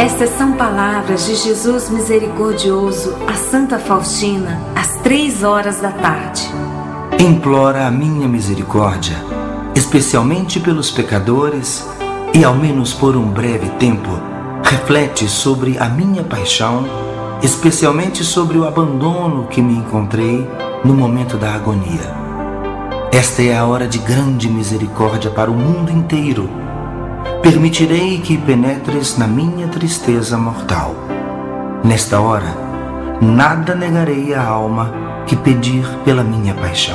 Estas são palavras de Jesus misericordioso a Santa Faustina, às 3 da tarde. Implora a minha misericórdia, especialmente pelos pecadores, e ao menos por um breve tempo, reflete sobre a minha paixão, especialmente sobre o abandono que me encontrei no momento da agonia. Esta é a hora de grande misericórdia para o mundo inteiro. Permitirei que penetres na minha tristeza mortal. Nesta hora, nada negarei à alma que pedir pela minha paixão.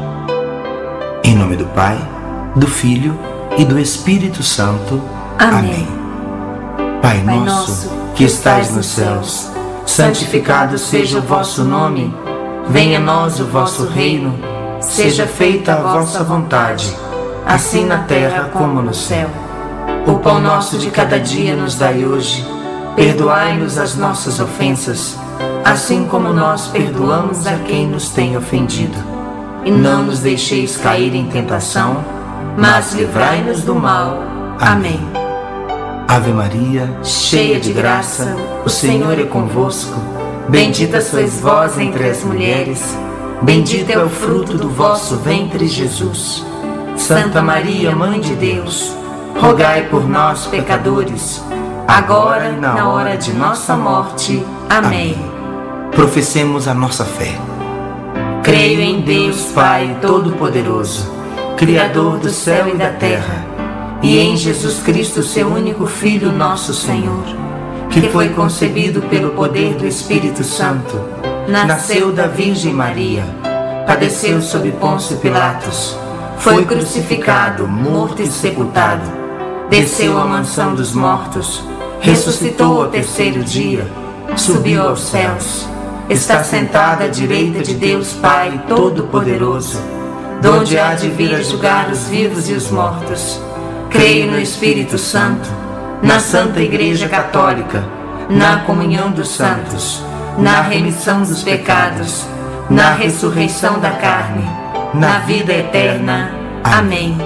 Em nome do Pai, do Filho e do Espírito Santo. Amém. Pai nosso, que estais nos céus, santificado seja o vosso nome. Venha a nós o vosso reino. Seja feita a vossa vontade, assim na terra como no céu. O pão nosso de cada dia nos dai hoje. Perdoai-nos as nossas ofensas, assim como nós perdoamos a quem nos tem ofendido. E não nos deixeis cair em tentação, mas livrai-nos do mal. Amém. Ave Maria, cheia de graça, o Senhor é convosco. Bendita sois vós entre as mulheres, bendito é o fruto do vosso ventre, Jesus. Santa Maria, Mãe de Deus, rogai por nós, pecadores, agora e na hora de nossa morte. Amém. Professemos a nossa fé. Creio em Deus Pai Todo-Poderoso, Criador do céu e da terra, e em Jesus Cristo, seu único Filho, nosso Senhor, que foi concebido pelo poder do Espírito Santo, nasceu da Virgem Maria, padeceu sob Pôncio Pilatos, foi crucificado, morto e sepultado, desceu à mansão dos mortos, ressuscitou ao terceiro dia, subiu aos céus, está sentado à direita de Deus Pai Todo-Poderoso, donde há de vir a julgar os vivos e os mortos. Creio no Espírito Santo, na Santa Igreja Católica, na comunhão dos santos, na remissão dos pecados, na ressurreição da carne, na vida eterna. Amém.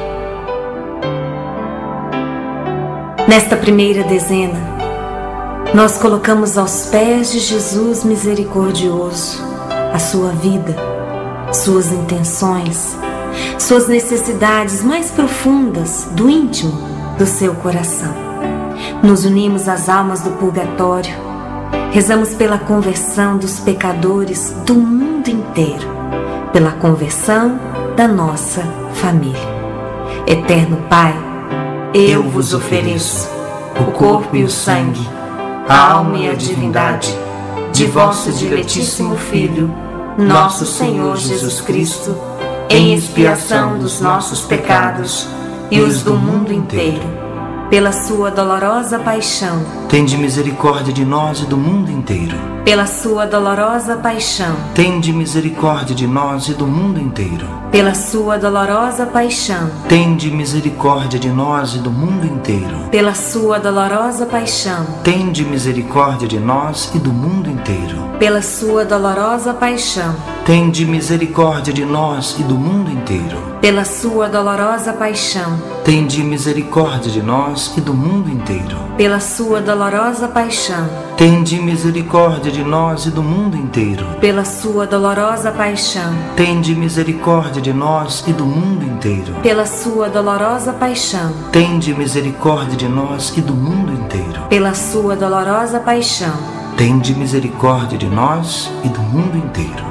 Nesta primeira dezena, nós colocamos aos pés de Jesus misericordioso a sua vida, suas intenções, suas necessidades mais profundas do íntimo do seu coração. Nos unimos às almas do purgatório, rezamos pela conversão dos pecadores do mundo inteiro, pela conversão da nossa família. Eterno Pai, eu vos ofereço o corpo e o sangue, a alma e a divindade de vosso diletíssimo Filho, nosso Senhor Jesus Cristo, em expiação dos nossos pecados e os do mundo inteiro. Pela sua dolorosa paixão, tende misericórdia de nós e do mundo inteiro. Pela sua dolorosa paixão, tende misericórdia de nós e do mundo inteiro. Pela sua dolorosa paixão, tende misericórdia de nós e do mundo inteiro. Pela sua dolorosa paixão, tende misericórdia de nós e do mundo inteiro. Pela sua dolorosa paixão, tende misericórdia de nós e do mundo inteiro. Pela sua dolorosa paixão, tende misericórdia de nós e do mundo inteiro. Pela sua dolorosa paixão, tende misericórdia de nós e do mundo inteiro. Pela sua dolorosa paixão, tende misericórdia de nós e do mundo inteiro. Pela sua dolorosa paixão, tende misericórdia de nós e do mundo inteiro. Pela sua dolorosa paixão, tende misericórdia de nós e do mundo inteiro.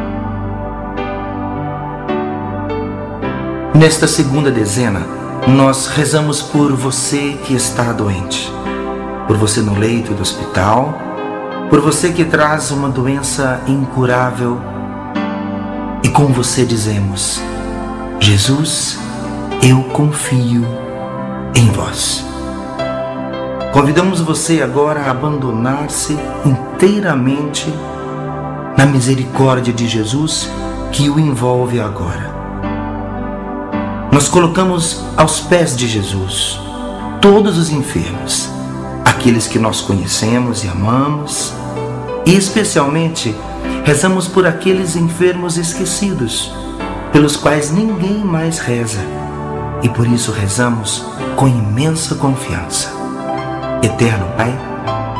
Nesta segunda dezena, nós rezamos por você que está doente, por você no leito do hospital, por você que traz uma doença incurável, e com você dizemos: Jesus, eu confio em vós. Convidamos você agora a abandonar-se inteiramente na misericórdia de Jesus que o envolve agora. Nós colocamos aos pés de Jesus todos os enfermos, aqueles que nós conhecemos e amamos, e especialmente rezamos por aqueles enfermos esquecidos, pelos quais ninguém mais reza, e por isso rezamos com imensa confiança. Eterno Pai,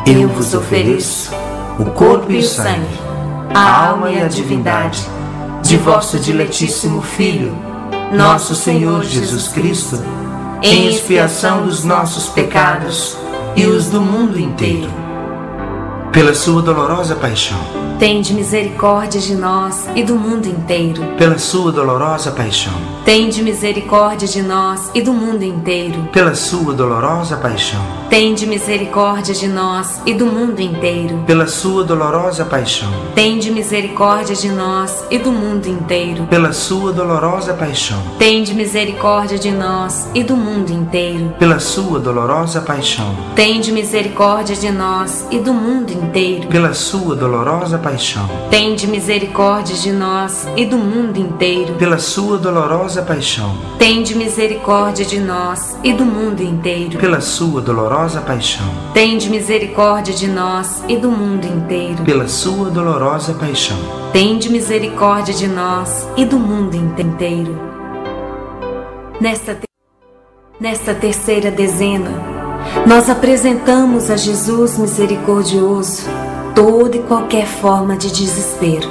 eu vos ofereço o corpo e o sangue, a alma e a divindade de vosso diletíssimo Filho, nosso Senhor Jesus Cristo, em expiação dos nossos pecados e os do mundo inteiro. Pela sua dolorosa paixão, tende misericórdia de nós e do mundo inteiro. Pela sua dolorosa paixão, tende misericórdia de nós e do mundo inteiro. Pela sua dolorosa paixão, tende misericórdia de nós e do mundo inteiro. Pela sua dolorosa paixão, tende misericórdia de nós e do mundo inteiro. Pela sua dolorosa paixão, tende misericórdia de nós e do mundo inteiro. Pela sua dolorosa paixão, tende misericórdia de nós e do mundo inteiro. Pela sua dolorosa paixão, tende misericórdia de nós e do mundo inteiro. Pela sua dolorosa paixão, tende misericórdia de nós e do mundo inteiro. Pela sua dolorosa paixão, tende misericórdia de nós e do mundo inteiro. Pela sua dolorosa paixão, tende misericórdia de nós e do mundo inteiro. Nesta terceira dezena, nós apresentamos a Jesus misericordioso toda e qualquer forma de desespero.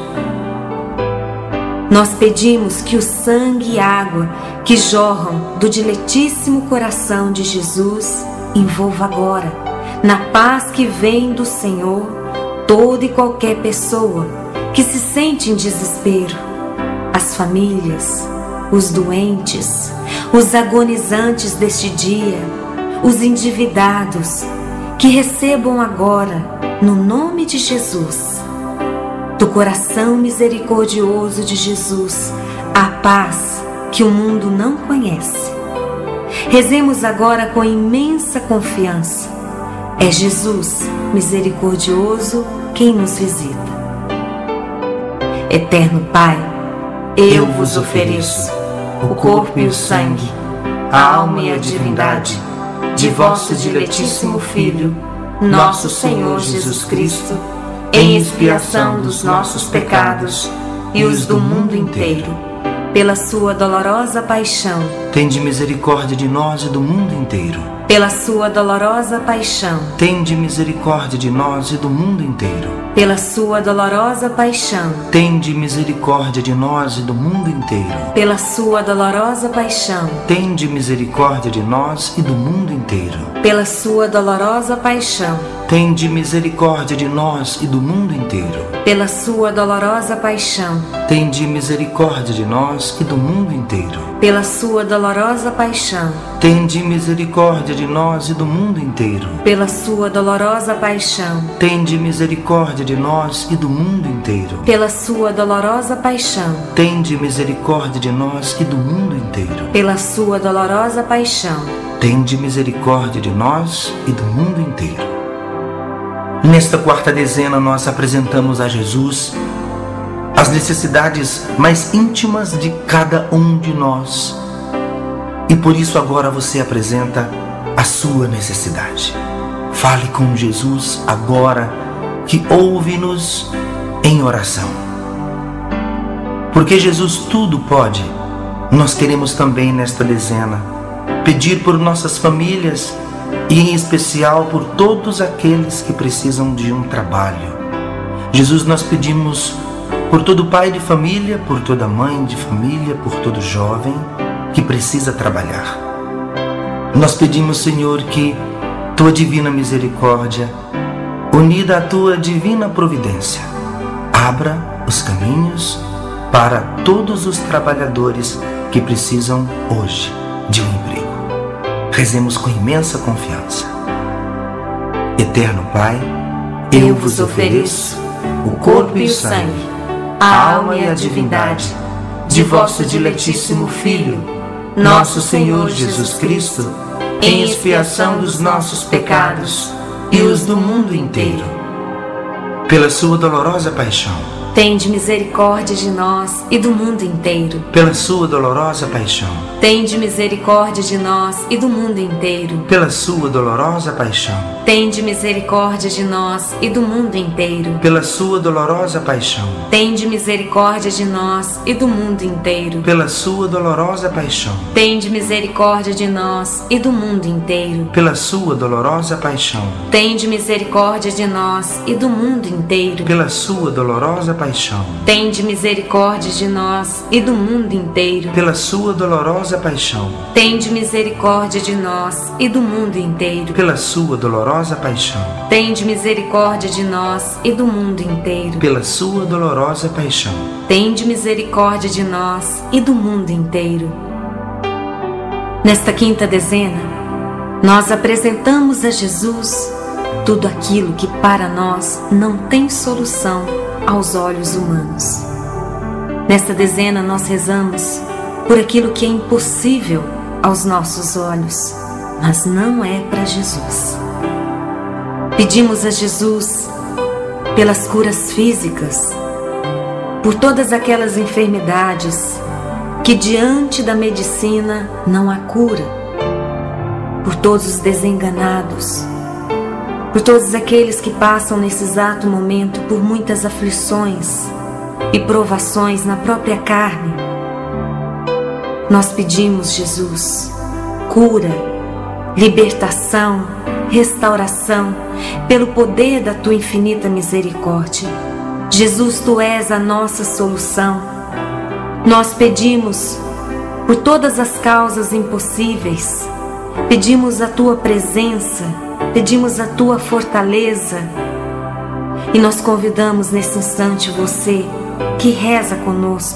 Nós pedimos que o sangue e água que jorram do diletíssimo coração de Jesus envolva agora, na paz que vem do Senhor, toda e qualquer pessoa que se sente em desespero, as famílias, os doentes, os agonizantes deste dia, os endividados, que recebam agora, no nome de Jesus, do coração misericordioso de Jesus, a paz que o mundo não conhece. Rezemos agora com imensa confiança. É Jesus misericordioso quem nos visita. Eterno Pai, eu vos ofereço o corpo e o sangue, a alma e a divindade de vosso diletíssimo Filho, nosso Senhor Jesus Cristo, em expiação dos nossos pecados e os do mundo inteiro. Pela sua dolorosa paixão, tende misericórdia de nós e do mundo inteiro. Pela sua dolorosa paixão, tende misericórdia de nós e do mundo inteiro. Pela sua dolorosa paixão, tende misericórdia de nós e do mundo inteiro. Pela sua dolorosa paixão, tende misericórdia de nós e do mundo inteiro. Pela sua dolorosa paixão, tende misericórdia de nós e do mundo inteiro. Pela sua dolorosa paixão, tende misericórdia de nós e do mundo inteiro. Pela sua dolorosa paixão, tende misericórdia de nós e do mundo inteiro. Pela sua dolorosa paixão, tende misericórdia de nós e do mundo inteiro. Pela sua dolorosa paixão, tende misericórdia de nós e do mundo inteiro. Pela sua dolorosa paixão, tende misericórdia de nós e do mundo inteiro. Nesta quarta dezena nós apresentamos a Jesus as necessidades mais íntimas de cada um de nós. E por isso agora você apresenta a sua necessidade. Fale com Jesus agora, que ouve-nos em oração. Porque Jesus tudo pode, nós queremos também nesta dezena pedir por nossas famílias e em especial por todos aqueles que precisam de um trabalho. Jesus, nós pedimos por todo pai de família, por toda mãe de família, por todo jovem que precisa trabalhar. Nós pedimos, Senhor, que Tua divina misericórdia, unida à Tua divina providência, abra os caminhos para todos os trabalhadores que precisam hoje de um emprego. Rezemos com imensa confiança. Eterno Pai, eu vos ofereço o corpo e o sangue, a alma e a divindade de vosso diletíssimo Filho, nosso Senhor Jesus Cristo, em expiação dos nossos pecados e os do mundo inteiro. Pela sua dolorosa paixão, tende misericórdia de nós e do mundo inteiro. Pela sua dolorosa paixão, tende misericórdia de nós e do mundo inteiro. Pela sua dolorosa paixão, tende misericórdia de nós e do mundo inteiro. Pela sua dolorosa paixão, tende misericórdia de nós e do mundo inteiro. Pela sua dolorosa paixão, tende misericórdia de nós e do mundo inteiro. Pela sua dolorosa paixão, tende misericórdia de nós e do mundo inteiro. Pela sua dolorosa paixão, tende misericórdia de nós e do mundo inteiro. Pela sua dolorosa paixão, tende misericórdia de nós e do mundo inteiro. Pela sua dolorosa paixão, tende misericórdia de nós e do mundo inteiro. Pela sua dolorosa paixão, tende misericórdia de nós e do mundo inteiro. Nesta quinta dezena, nós apresentamos a Jesus tudo aquilo que para nós não tem solução aos olhos humanos. Nesta dezena nós rezamos por aquilo que é impossível aos nossos olhos, mas não é para Jesus. Pedimos a Jesus pelas curas físicas, por todas aquelas enfermidades que diante da medicina não há cura, por todos os desenganados, por todos aqueles que passam nesse exato momento por muitas aflições e provações na própria carne. Nós pedimos, Jesus, cura, libertação, restauração, pelo poder da Tua infinita misericórdia. Jesus, Tu és a nossa solução. Nós pedimos por todas as causas impossíveis, pedimos a Tua presença, pedimos a Tua fortaleza, e nós convidamos nesse instante você que reza conosco,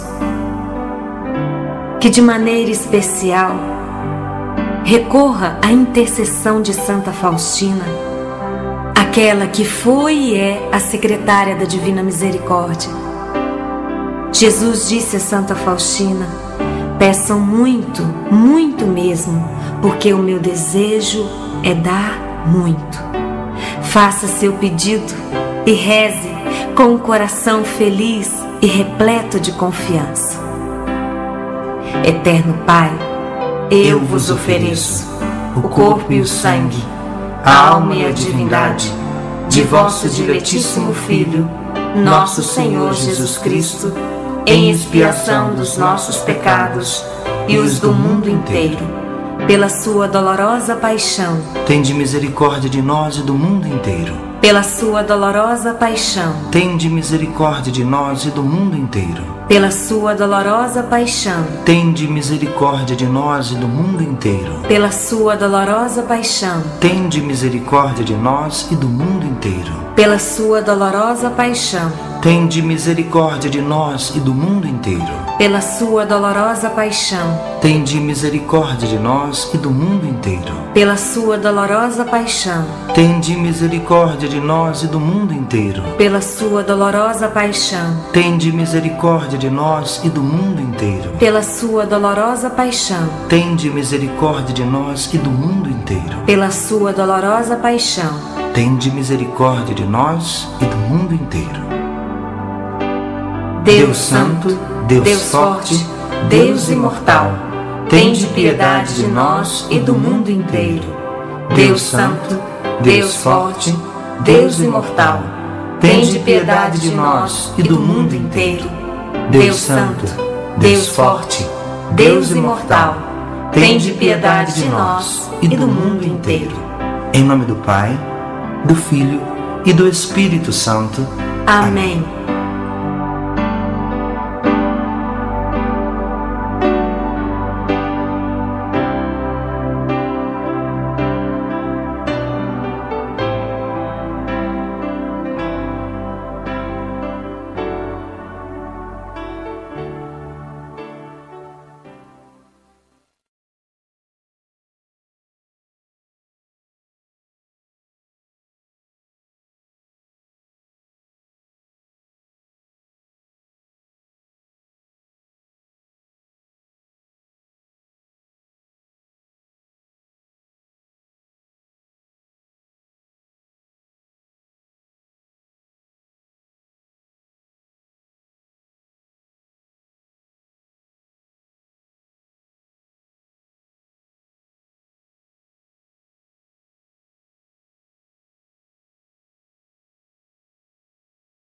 que de maneira especial recorra à intercessão de Santa Faustina, aquela que foi e é a secretária da Divina Misericórdia. Jesus disse a Santa Faustina: peçam muito, muito mesmo, porque o meu desejo é dar muito. Faça seu pedido e reze com um coração feliz e repleto de confiança. Eterno Pai, eu vos ofereço o corpo e o sangue, a alma e a divindade de vosso diletíssimo Filho, nosso Senhor Jesus Cristo, em expiação dos nossos pecados e os do mundo inteiro, pela sua dolorosa paixão. Tende misericórdia de nós e do mundo inteiro. Pela sua dolorosa paixão. Tende misericórdia de nós e do mundo inteiro. Pela sua dolorosa paixão. Tende misericórdia de nós e do mundo inteiro. Pela sua dolorosa paixão. Tende misericórdia de nós e do mundo inteiro. Pela sua dolorosa paixão. Tende misericórdia de nós e do mundo inteiro. Pela sua dolorosa paixão. Tende misericórdia de nós e do mundo inteiro. Pela sua dolorosa paixão. Tende misericórdia de nós e do mundo inteiro. Pela sua dolorosa paixão. Tende misericórdia de nós e do mundo inteiro. Pela sua dolorosa paixão. Tende misericórdia de nós e do mundo inteiro. Pela sua dolorosa paixão. Tende misericórdia de nós e do mundo inteiro. Deus Santo, Deus Forte, Deus Imortal, tende piedade de nós e do mundo inteiro. Deus Santo, Deus Forte, Deus Imortal, tende piedade de nós e do mundo inteiro. Deus Santo, Deus Forte, Deus Imortal, tende piedade de nós e do mundo inteiro. Em nome do Pai, do Filho e do Espírito Santo. Amém.